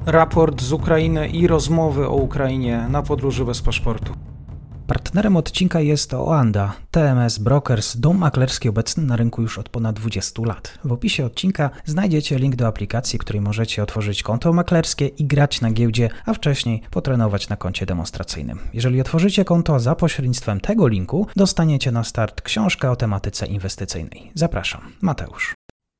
raport z Ukrainy i rozmowy o Ukrainie na podróży bez paszportu. Partnerem odcinka jest Oanda, TMS Brokers, dom maklerski obecny na rynku już od ponad 20 lat. W opisie odcinka znajdziecie link do aplikacji, w której możecie otworzyć konto maklerskie i grać na giełdzie, a wcześniej potrenować na koncie demonstracyjnym. Jeżeli otworzycie konto za pośrednictwem tego linku, dostaniecie na start książkę o tematyce inwestycyjnej. Zapraszam, Mateusz.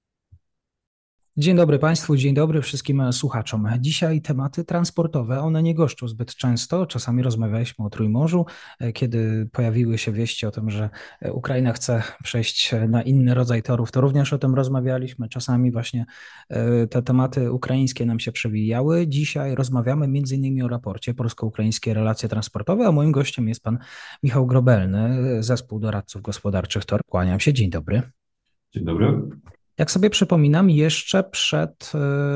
Dzień dobry Państwu, dzień dobry wszystkim słuchaczom. Dzisiaj tematy transportowe, one nie goszczą zbyt często. Czasami rozmawialiśmy o Trójmorzu, kiedy pojawiły się wieści o tym, że Ukraina chce przejść na inny rodzaj torów, to również o tym rozmawialiśmy. Czasami właśnie te tematy ukraińskie nam się przewijały. Dzisiaj rozmawiamy m.in. o raporcie Polsko-Ukraińskie Relacje Transportowe, a moim gościem jest pan Michał Grobelny, Zespół Doradców Gospodarczych TOR. Kłaniam się, dzień dobry. Dzień dobry. Jak sobie przypominam, jeszcze przed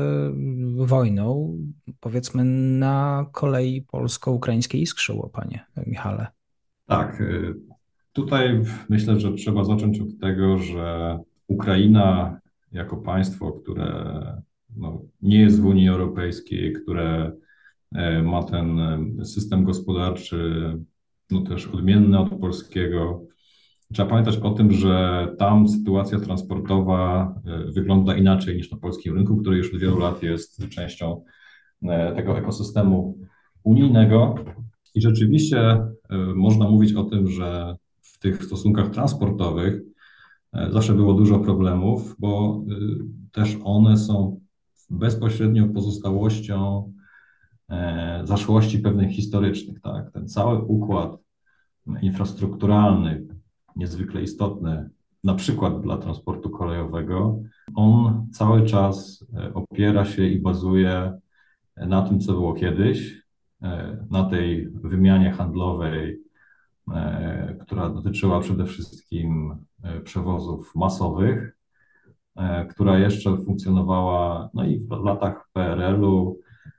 wojną, powiedzmy, na kolei polsko-ukraińskiej iskrzyło, panie Michale. Tak, tutaj myślę, że trzeba zacząć od tego, że Ukraina jako państwo, które nie jest w Unii Europejskiej, które ma ten system gospodarczy też odmienny od polskiego. Trzeba pamiętać o tym, że tam sytuacja transportowa wygląda inaczej niż na polskim rynku, który już od wielu lat jest częścią tego ekosystemu unijnego. I rzeczywiście można mówić o tym, że w tych stosunkach transportowych zawsze było dużo problemów, bo też one są bezpośrednią pozostałością zaszłości pewnych historycznych. Tak? Ten cały układ infrastrukturalny, niezwykle istotny, na przykład dla transportu kolejowego, on cały czas opiera się i bazuje na tym, co było kiedyś, na tej wymianie handlowej, która dotyczyła przede wszystkim przewozów masowych, która jeszcze funkcjonowała i w latach PRL-u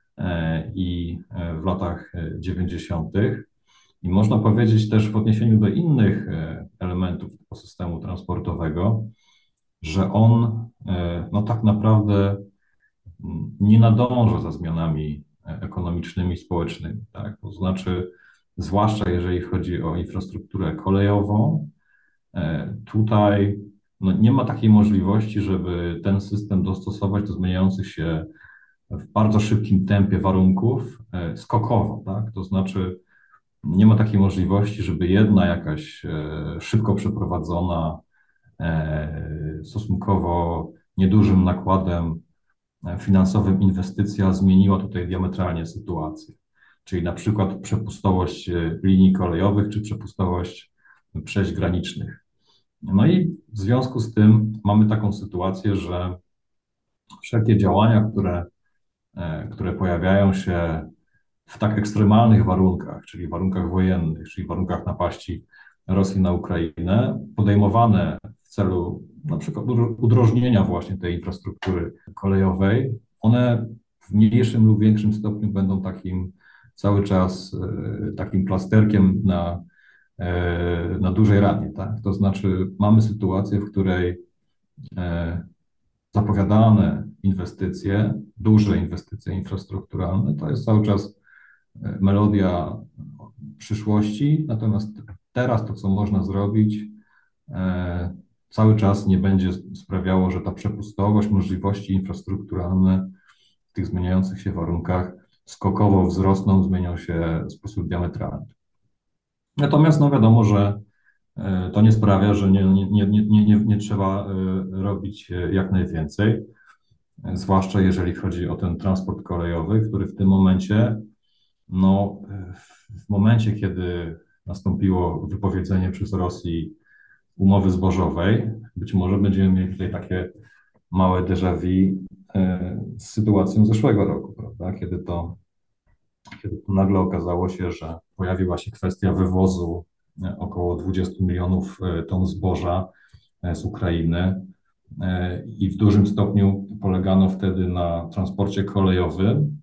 i w latach 90. I można powiedzieć też w odniesieniu do innych elementów ekosystemu transportowego, że on tak naprawdę nie nadąża za zmianami ekonomicznymi, społecznymi. Tak? To znaczy, zwłaszcza jeżeli chodzi o infrastrukturę kolejową, tutaj nie ma takiej możliwości, żeby ten system dostosować do zmieniających się w bardzo szybkim tempie warunków skokowo. Tak? To znaczy, nie ma takiej możliwości, żeby jedna jakaś szybko przeprowadzona, stosunkowo niedużym nakładem finansowym inwestycja zmieniła tutaj diametralnie sytuację. Czyli na przykład przepustowość linii kolejowych czy przepustowość przejść granicznych. No i w związku z tym mamy taką sytuację, że wszelkie działania, które pojawiają się w tak ekstremalnych warunkach, czyli warunkach wojennych, czyli warunkach napaści Rosji na Ukrainę, podejmowane w celu na przykład udrożnienia właśnie tej infrastruktury kolejowej, one w mniejszym lub większym stopniu będą takim cały czas takim plasterkiem na dużej ranie. Tak? To znaczy mamy sytuację, w której zapowiadane inwestycje, duże inwestycje infrastrukturalne, to jest cały czas melodia przyszłości, natomiast teraz to, co można zrobić, cały czas nie będzie sprawiało, że ta przepustowość, możliwości infrastrukturalne w tych zmieniających się warunkach skokowo wzrosną, zmienią się w sposób diametralny. Natomiast wiadomo, że to nie sprawia, że nie trzeba robić jak najwięcej, zwłaszcza jeżeli chodzi o ten transport kolejowy, który w tym momencie w momencie, kiedy nastąpiło wypowiedzenie przez Rosję umowy zbożowej, być może będziemy mieli tutaj takie małe déjà vu z sytuacją zeszłego roku, prawda? Kiedy to nagle okazało się, że pojawiła się kwestia wywozu około 20 milionów ton zboża z Ukrainy i w dużym stopniu polegano wtedy na transporcie kolejowym,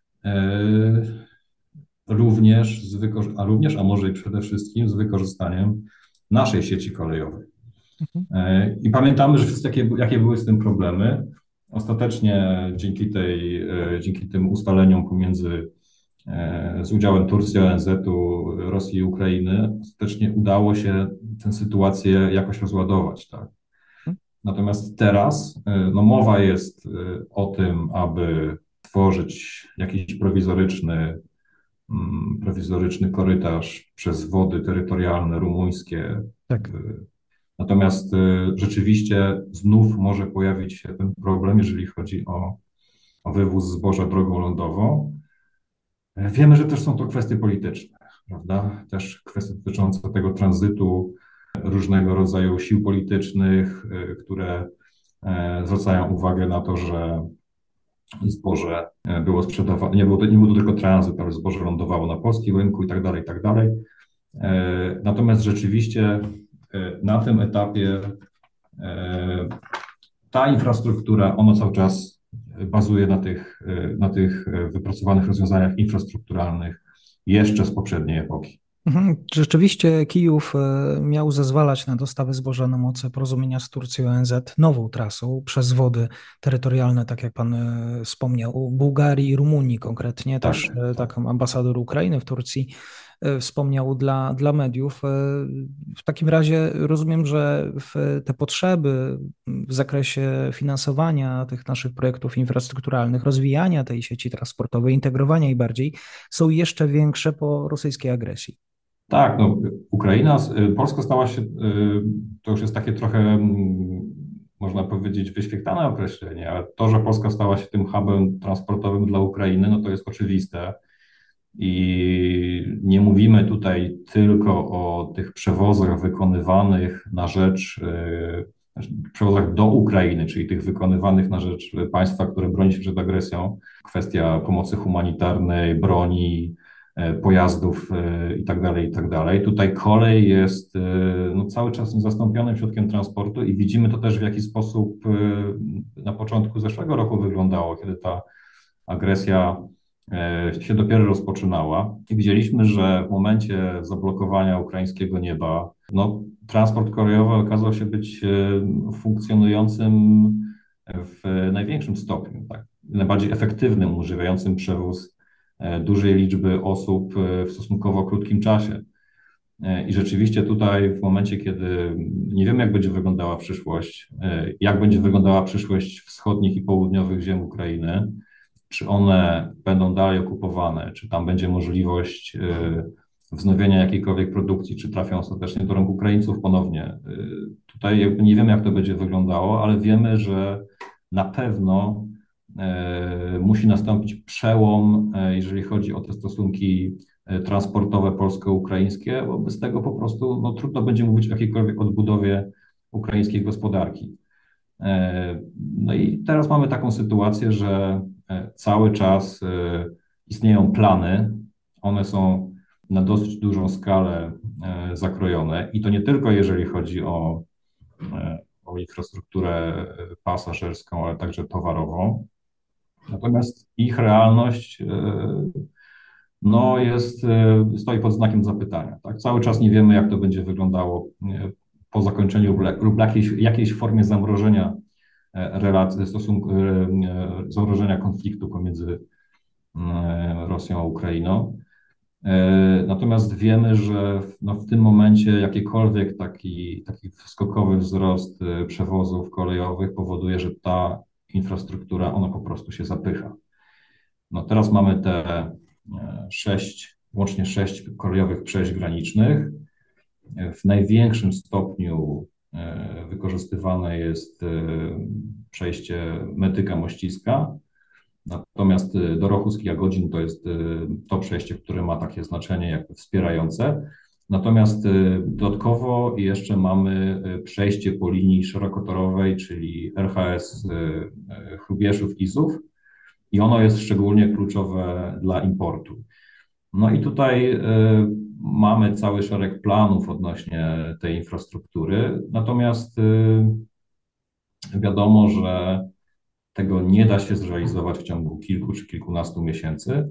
a może i przede wszystkim z wykorzystaniem naszej sieci kolejowej. I pamiętamy, że jakie były z tym problemy. Ostatecznie dzięki tym ustaleniom z udziałem Turcji, ONZ-u, Rosji i Ukrainy, ostatecznie udało się tę sytuację jakoś rozładować, tak? Natomiast teraz no, mowa jest o tym, aby tworzyć jakiś prowizoryczny korytarz przez wody terytorialne rumuńskie. Tak. Natomiast rzeczywiście znów może pojawić się ten problem, jeżeli chodzi o wywóz zboża drogą lądową. Wiemy, że też są to kwestie polityczne, prawda? Też kwestie dotyczące tego tranzytu różnego rodzaju sił politycznych, które zwracają uwagę na to, że zboże było sprzedawane, nie był to tylko tranzyt, ale zboże lądowało na polskim rynku i tak dalej, i tak dalej. Natomiast rzeczywiście na tym etapie ta infrastruktura, ona cały czas bazuje na tych wypracowanych rozwiązaniach infrastrukturalnych jeszcze z poprzedniej epoki. Rzeczywiście Kijów miał zezwalać na dostawę zboża na mocy porozumienia z Turcją ONZ nową trasą przez wody terytorialne, tak jak pan wspomniał, Bułgarii i Rumunii konkretnie. Tak, Też tak. ambasador Ukrainy w Turcji wspomniał dla mediów. W takim razie rozumiem, że te potrzeby w zakresie finansowania tych naszych projektów infrastrukturalnych, rozwijania tej sieci transportowej, integrowania jej bardziej są jeszcze większe po rosyjskiej agresji. Tak, no, Polska stała się, to już jest takie trochę, można powiedzieć, wyświetlane określenie, ale to, że Polska stała się tym hubem transportowym dla Ukrainy, no to jest oczywiste. I nie mówimy tutaj tylko o tych przewozach wykonywanych na rzecz, przewozach do Ukrainy, czyli tych wykonywanych na rzecz państwa, które broni się przed agresją. Kwestia pomocy humanitarnej, broni, pojazdów i tak dalej, i tak dalej. Tutaj kolej jest no, cały czas niezastąpionym środkiem transportu i widzimy to też, w jaki sposób na początku zeszłego roku wyglądało, kiedy ta agresja się dopiero rozpoczynała i widzieliśmy, że w momencie zablokowania ukraińskiego nieba, no, transport kolejowy okazał się być funkcjonującym w największym stopniu, tak, najbardziej efektywnym, używającym przewóz dużej liczby osób w stosunkowo krótkim czasie. I rzeczywiście tutaj w momencie, kiedy nie wiemy, jak będzie wyglądała przyszłość, jak będzie wyglądała przyszłość wschodnich i południowych ziem Ukrainy, czy one będą dalej okupowane, czy tam będzie możliwość wznowienia jakiejkolwiek produkcji, czy trafią ostatecznie do rąk Ukraińców ponownie. Tutaj jakby nie wiemy, jak to będzie wyglądało, ale wiemy, że na pewno musi nastąpić przełom, jeżeli chodzi o te stosunki transportowe polsko-ukraińskie, bo bez tego po prostu no, trudno będzie mówić o jakiejkolwiek odbudowie ukraińskiej gospodarki. No i teraz mamy taką sytuację, że cały czas istnieją plany, one są na dosyć dużą skalę zakrojone i to nie tylko jeżeli chodzi o infrastrukturę pasażerską, ale także towarową. Natomiast ich realność no stoi pod znakiem zapytania. Tak? Cały czas nie wiemy, jak to będzie wyglądało po zakończeniu lub jakiejś formie zamrożenia relacji, zamrożenia konfliktu pomiędzy Rosją a Ukrainą. Natomiast wiemy, że no w tym momencie jakikolwiek taki skokowy wzrost przewozów kolejowych powoduje, że ta infrastruktura, ona po prostu się zapycha. No teraz mamy te łącznie 6 kolejowych przejść granicznych. W największym stopniu wykorzystywane jest przejście Metyka-Mościska, natomiast Dorochówsk i Jagodzin to jest to przejście, które ma takie znaczenie jakby wspierające. Natomiast dodatkowo jeszcze mamy przejście po linii szerokotorowej, czyli RHS Hrubieszów-Izów i ono jest szczególnie kluczowe dla importu. No i tutaj mamy cały szereg planów odnośnie tej infrastruktury, natomiast wiadomo, że tego nie da się zrealizować w ciągu kilku czy kilkunastu miesięcy,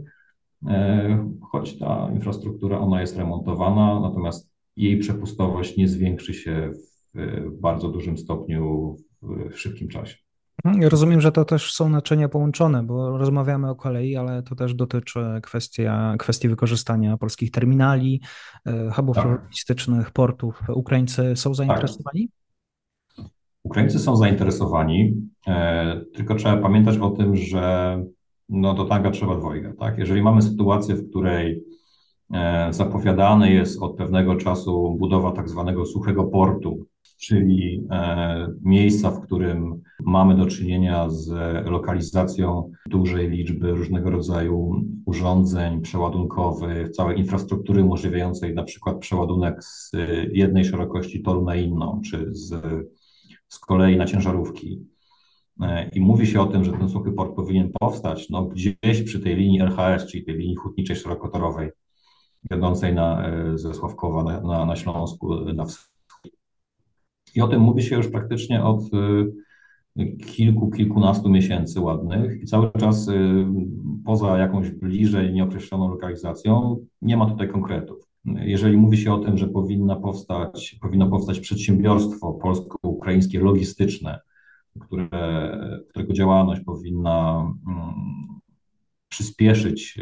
choć ta infrastruktura, ona jest remontowana, natomiast jej przepustowość nie zwiększy się w bardzo dużym stopniu w szybkim czasie. Rozumiem, że to też są naczynia połączone, bo rozmawiamy o kolei, ale to też dotyczy kwestii wykorzystania polskich terminali, hubów Tak, logistycznych, portów. Ukraińcy są tak. zainteresowani? Ukraińcy są zainteresowani, tylko trzeba pamiętać o tym, że no do tanga trzeba dwojga, tak? Jeżeli mamy sytuację, w której zapowiadane jest od pewnego czasu budowa tak zwanego suchego portu, czyli miejsca, w którym mamy do czynienia z lokalizacją dużej liczby różnego rodzaju urządzeń przeładunkowych, całej infrastruktury umożliwiającej na przykład przeładunek z jednej szerokości toru na inną, czy z kolei na ciężarówki. I mówi się o tym, że ten suchy port powinien powstać no, gdzieś przy tej linii LHS, czyli tej linii hutniczej szerokotorowej, wiodącej ze Sławkowa na Śląsku na wschód. I o tym mówi się już praktycznie od kilkunastu miesięcy ładnych i cały czas poza jakąś bliżej nieokreśloną lokalizacją nie ma tutaj konkretów. Jeżeli mówi się o tym, że powinno powstać przedsiębiorstwo polsko-ukraińskie logistyczne, którego działalność powinna przyspieszyć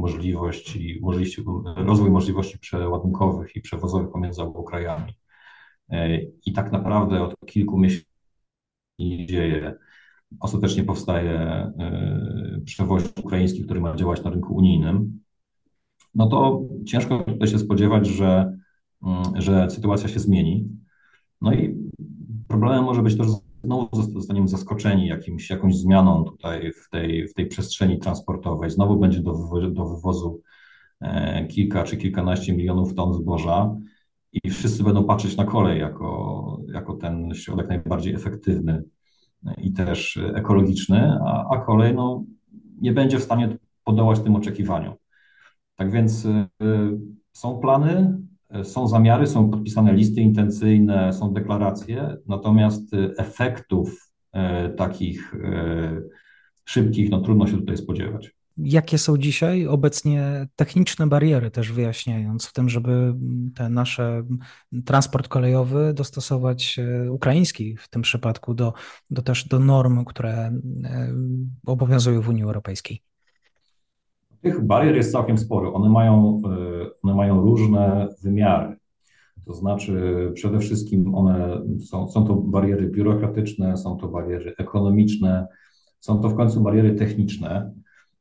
rozwój możliwości przeładunkowych i przewozowych pomiędzy obu krajami. I tak naprawdę od kilku miesięcy nie dzieje. Ostatecznie powstaje przewoźnik ukraiński, który ma działać na rynku unijnym. No to ciężko tutaj się spodziewać, że sytuacja się zmieni. No i problemem może być to, że znowu zostaniemy zaskoczeni jakąś zmianą tutaj w tej przestrzeni transportowej. Znowu będzie do wywozu kilka czy kilkanaście milionów ton zboża i wszyscy będą patrzeć na kolej jako ten środek najbardziej efektywny i też ekologiczny, a kolej no, nie będzie w stanie podołać tym oczekiwaniom. Tak więc są plany, są zamiary, są podpisane listy intencyjne, są deklaracje, natomiast efektów takich szybkich, no trudno się tutaj spodziewać. Jakie są dzisiaj obecnie techniczne bariery, też wyjaśniając, w tym, żeby ten nasz transport kolejowy dostosować, ukraiński w tym przypadku, też do norm, które obowiązują w Unii Europejskiej? Tych barier jest całkiem sporo. One mają różne wymiary. To znaczy, przede wszystkim są to bariery biurokratyczne, są to bariery ekonomiczne, są to w końcu bariery techniczne.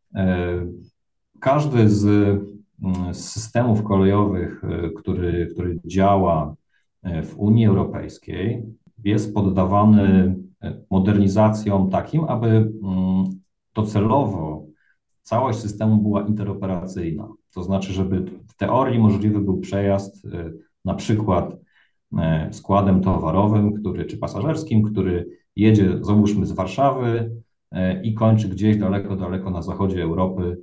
Każdy z systemów kolejowych, który działa w Unii Europejskiej, jest poddawany modernizacjom takim, aby docelowo całość systemu była interoperacyjna. To znaczy, żeby w teorii możliwy był przejazd na przykład składem towarowym, czy pasażerskim, który jedzie, załóżmy, z Warszawy i kończy gdzieś daleko, daleko na zachodzie Europy,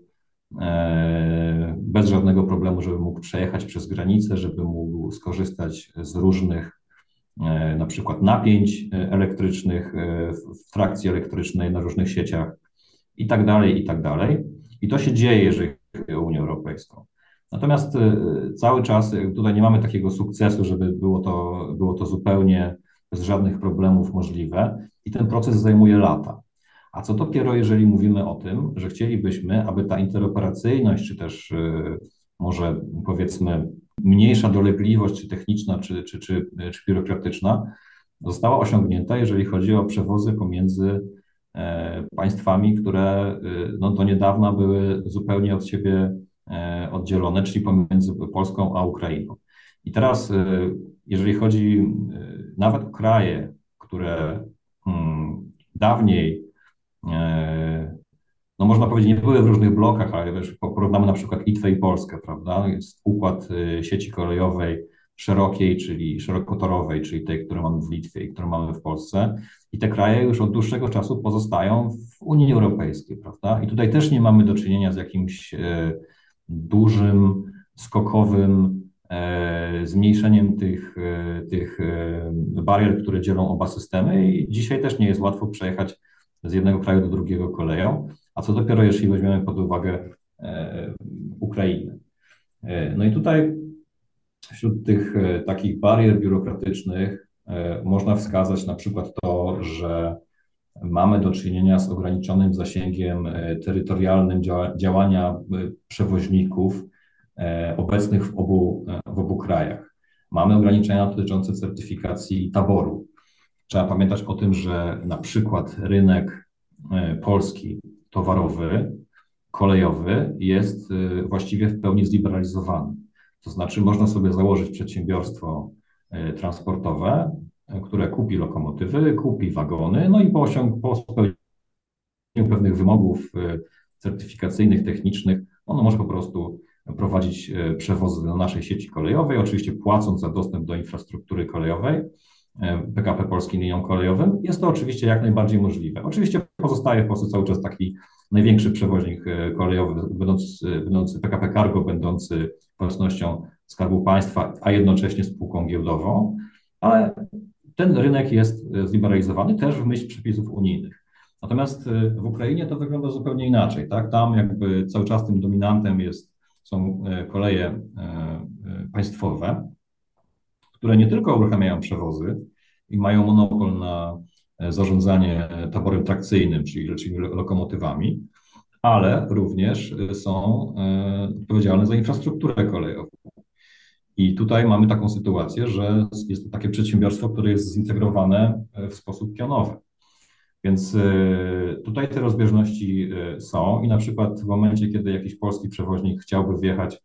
bez żadnego problemu, żeby mógł przejechać przez granicę, żeby mógł skorzystać z różnych na przykład napięć elektrycznych w trakcji elektrycznej na różnych sieciach i tak dalej, i tak dalej. I to się dzieje, jeżeli chodzi o Unię Europejską. Natomiast cały czas tutaj nie mamy takiego sukcesu, żeby było to zupełnie bez żadnych problemów możliwe i ten proces zajmuje lata. A co dopiero, jeżeli mówimy o tym, że chcielibyśmy, aby ta interoperacyjność, czy też może powiedzmy mniejsza dolegliwość, czy techniczna, czy biurokratyczna, została osiągnięta, jeżeli chodzi o przewozy pomiędzy państwami, które no, do niedawna były zupełnie od siebie oddzielone, czyli pomiędzy Polską a Ukrainą. I teraz, jeżeli chodzi nawet o kraje, które dawniej, no można powiedzieć, nie były w różnych blokach, ale wiesz, porównamy na przykład Litwę i Polskę, prawda? Jest układ sieci kolejowej szerokiej, czyli szerokotorowej, czyli tej, którą mamy w Litwie i którą mamy w Polsce. I te kraje już od dłuższego czasu pozostają w Unii Europejskiej, prawda? I tutaj też nie mamy do czynienia z jakimś dużym, skokowym zmniejszeniem tych barier, które dzielą oba systemy i dzisiaj też nie jest łatwo przejechać z jednego kraju do drugiego koleją, a co dopiero jeśli weźmiemy pod uwagę Ukrainę. No i tutaj wśród tych takich barier biurokratycznych można wskazać na przykład to, że Mamy do czynienia z ograniczonym zasięgiem terytorialnym działania przewoźników obecnych w obu krajach. Mamy ograniczenia dotyczące certyfikacji taboru. Trzeba pamiętać o tym, że na przykład rynek polski towarowy, kolejowy jest właściwie w pełni zliberalizowany. To znaczy można sobie założyć przedsiębiorstwo transportowe, które kupi lokomotywy, kupi wagony, no i po spełnieniu pewnych wymogów certyfikacyjnych, technicznych, ono może po prostu prowadzić przewozy do naszej sieci kolejowej, oczywiście płacąc za dostęp do infrastruktury kolejowej, PKP Polskim liniom kolejowym. Jest to oczywiście jak najbardziej możliwe. Oczywiście pozostaje w Polsce cały czas taki największy przewoźnik kolejowy, będący PKP Cargo, będący własnością Skarbu Państwa, a jednocześnie spółką giełdową, ale ten rynek jest zliberalizowany też w myśl przepisów unijnych. Natomiast w Ukrainie to wygląda zupełnie inaczej, tak? Tam jakby cały czas tym dominantem są koleje państwowe, które nie tylko uruchamiają przewozy i mają monopol na zarządzanie taborem trakcyjnym, czyli lokomotywami, ale również są odpowiedzialne za infrastrukturę kolejową. I tutaj mamy taką sytuację, że jest to takie przedsiębiorstwo, które jest zintegrowane w sposób pionowy. Więc tutaj te rozbieżności są i na przykład w momencie, kiedy jakiś polski przewoźnik chciałby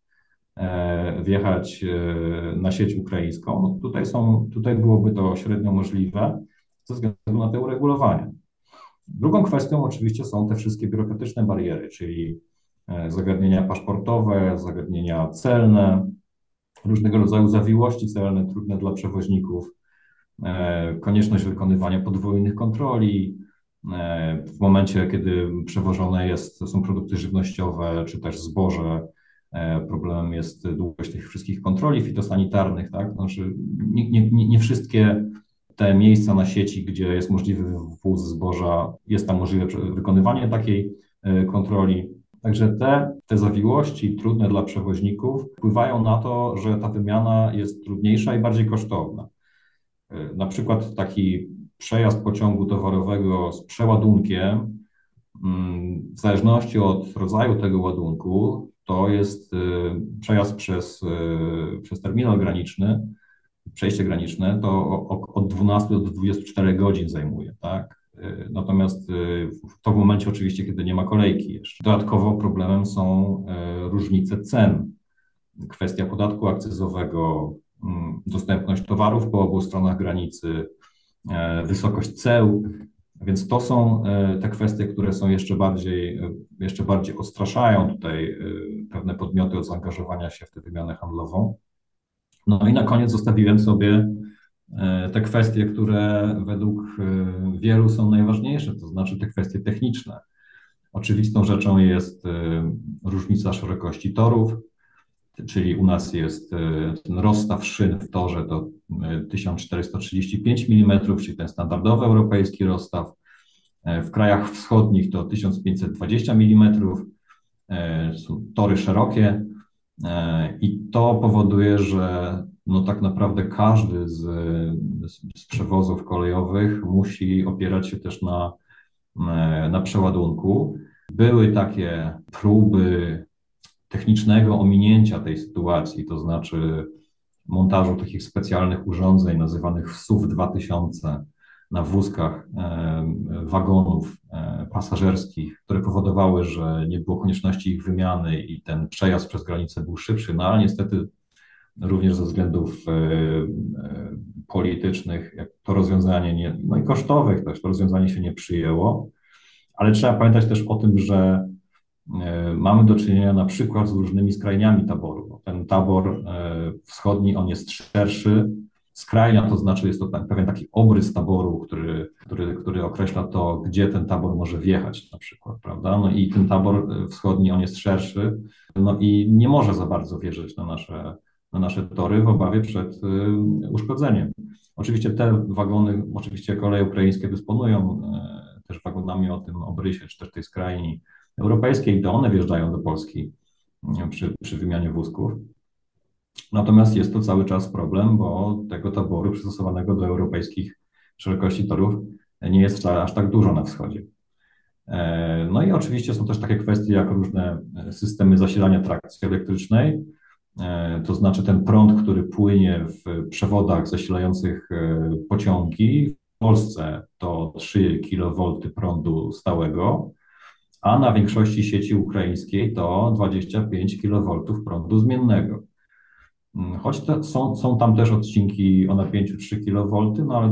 wjechać na sieć ukraińską, no tutaj byłoby to średnio możliwe ze względu na te uregulowania. Drugą kwestią oczywiście są te wszystkie biurokratyczne bariery, czyli zagadnienia paszportowe, zagadnienia celne, różnego rodzaju zawiłości celne trudne dla przewoźników, konieczność wykonywania podwójnych kontroli. W momencie, kiedy przewożone są produkty żywnościowe czy też zboże, problemem jest długość tych wszystkich kontroli fitosanitarnych, tak? Znaczy, nie wszystkie te miejsca na sieci, gdzie jest możliwy wwóz zboża, jest tam możliwe wykonywanie takiej kontroli. Także te zawiłości trudne dla przewoźników wpływają na to, że ta wymiana jest trudniejsza i bardziej kosztowna. Na przykład taki przejazd pociągu towarowego z przeładunkiem, w zależności od rodzaju tego ładunku, to jest przejazd przez terminal graniczny, przejście graniczne, to od 12 do 24 godzin zajmuje, tak? Natomiast to w momencie oczywiście, kiedy nie ma kolejki jeszcze. Dodatkowo problemem są różnice cen. Kwestia podatku akcyzowego, dostępność towarów po obu stronach granicy, wysokość ceł, więc to są te kwestie, które są jeszcze bardziej odstraszają tutaj pewne podmioty od zaangażowania się w tę wymianę handlową. No i na koniec zostawiłem sobie te kwestie, które według wielu są najważniejsze, to znaczy te kwestie techniczne. Oczywistą rzeczą jest różnica szerokości torów, czyli u nas jest ten rozstaw szyn w torze to 1435 mm, czyli ten standardowy europejski rozstaw. W krajach wschodnich to 1520 mm, są tory szerokie i to powoduje, że no tak naprawdę każdy z przewozów kolejowych musi opierać się też na przeładunku. Były takie próby technicznego ominięcia tej sytuacji, to znaczy montażu takich specjalnych urządzeń nazywanych SUV 2000 na wózkach wagonów pasażerskich, które powodowały, że nie było konieczności ich wymiany i ten przejazd przez granicę był szybszy, no ale niestety również ze względów politycznych to rozwiązanie, no i kosztowych też to rozwiązanie się nie przyjęło, ale trzeba pamiętać też o tym, że mamy do czynienia na przykład z różnymi skrajniami taboru. Ten tabor wschodni, on jest szerszy. Skrajnia to znaczy jest to pewien taki obrys taboru, który określa to, gdzie ten tabor może wjechać na przykład, prawda? No i ten tabor wschodni, on jest szerszy, no i nie może za bardzo wjeżdżać na nasze tory w obawie przed uszkodzeniem. Oczywiście te wagony, oczywiście koleje ukraińskie dysponują też wagonami o tym obrysie, czy też tej skrajni europejskiej, to one wjeżdżają do Polski przy wymianie wózków. Natomiast jest to cały czas problem, bo tego taboru przystosowanego do europejskich szerokości torów nie jest wcale aż tak dużo na wschodzie. No i oczywiście są też takie kwestie jak różne systemy zasilania trakcji elektrycznej, to znaczy ten prąd, który płynie w przewodach zasilających pociągi. W Polsce to 3 kV prądu stałego, a na większości sieci ukraińskiej to 25 kV prądu zmiennego. Choć są tam też odcinki o napięciu 3 kV, no ale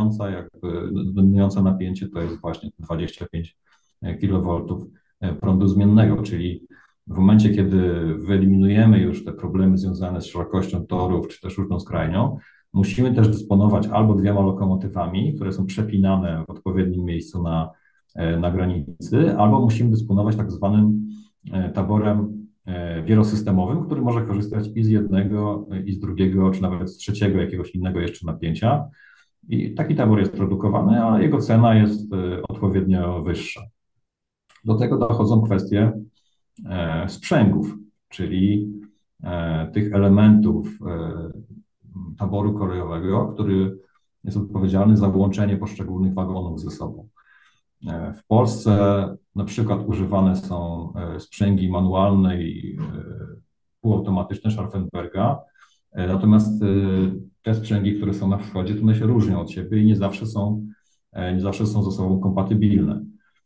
dominujące napięcie to jest właśnie 25 kV prądu zmiennego, czyli w momencie, kiedy wyeliminujemy już te problemy związane z szerokością torów, czy też różną skrajnią, musimy też dysponować albo 2 lokomotywami, które są przepinane w odpowiednim miejscu na granicy, albo musimy dysponować tak zwanym taborem wielosystemowym, który może korzystać i z jednego, i z drugiego, czy nawet z trzeciego jakiegoś innego jeszcze napięcia. I taki tabor jest produkowany, ale jego cena jest odpowiednio wyższa. Do tego dochodzą kwestie sprzęgów, czyli tych elementów taboru kolejowego, który jest odpowiedzialny za łączenie poszczególnych wagonów ze sobą. W Polsce na przykład używane są sprzęgi manualne i półautomatyczne Scharfenberga, natomiast te sprzęgi, które są na wschodzie, to one się różnią od siebie i nie zawsze są ze sobą kompatybilne.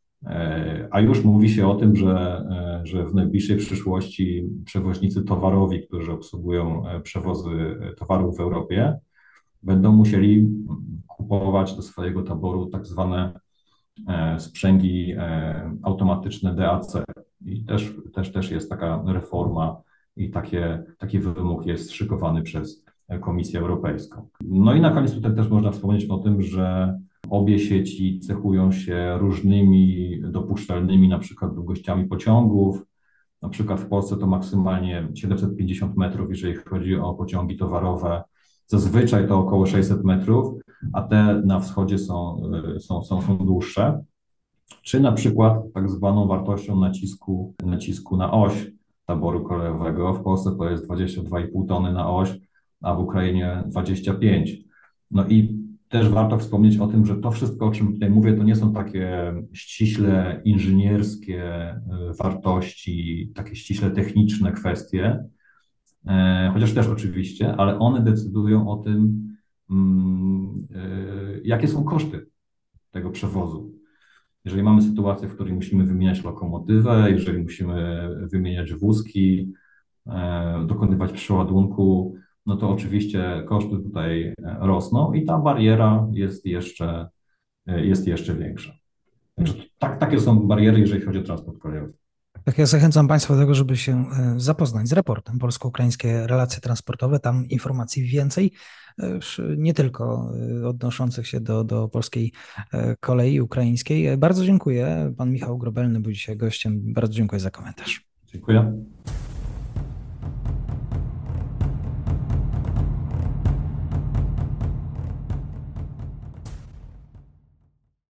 A już mówi się o tym, że w najbliższej przyszłości przewoźnicy towarowi, którzy obsługują przewozy towarów w Europie, będą musieli kupować do swojego taboru tak zwane sprzęgi automatyczne DAC. I też jest taka reforma i taki wymóg jest szykowany przez Komisję Europejską. No i na koniec tutaj też można wspomnieć o tym, że obie sieci cechują się różnymi dopuszczalnymi na przykład długościami pociągów. Na przykład w Polsce to maksymalnie 750 metrów, jeżeli chodzi o pociągi towarowe. Zazwyczaj to około 600 metrów, a te na wschodzie są dłuższe. Czy na przykład tak zwaną wartością nacisku na oś taboru kolejowego. W Polsce to jest 22,5 tony na oś, a w Ukrainie 25. No i też warto wspomnieć o tym, że to wszystko, o czym tutaj mówię, to nie są takie ściśle inżynierskie wartości, takie ściśle techniczne kwestie, chociaż też oczywiście, ale one decydują o tym, jakie są koszty tego przewozu. Jeżeli mamy sytuację, w której musimy wymieniać lokomotywę, jeżeli musimy wymieniać wózki, dokonywać przeładunku, no to oczywiście koszty tutaj rosną i ta bariera jest jeszcze większa. Także takie są bariery, jeżeli chodzi o transport kolejowy. Tak, ja zachęcam Państwa do tego, żeby się zapoznać z raportem Polsko-Ukraińskie Relacje Transportowe. Tam informacji więcej, nie tylko odnoszących się do polskiej kolei ukraińskiej. Bardzo dziękuję. Pan Michał Grobelny był dzisiaj gościem. Bardzo dziękuję za komentarz. Dziękuję.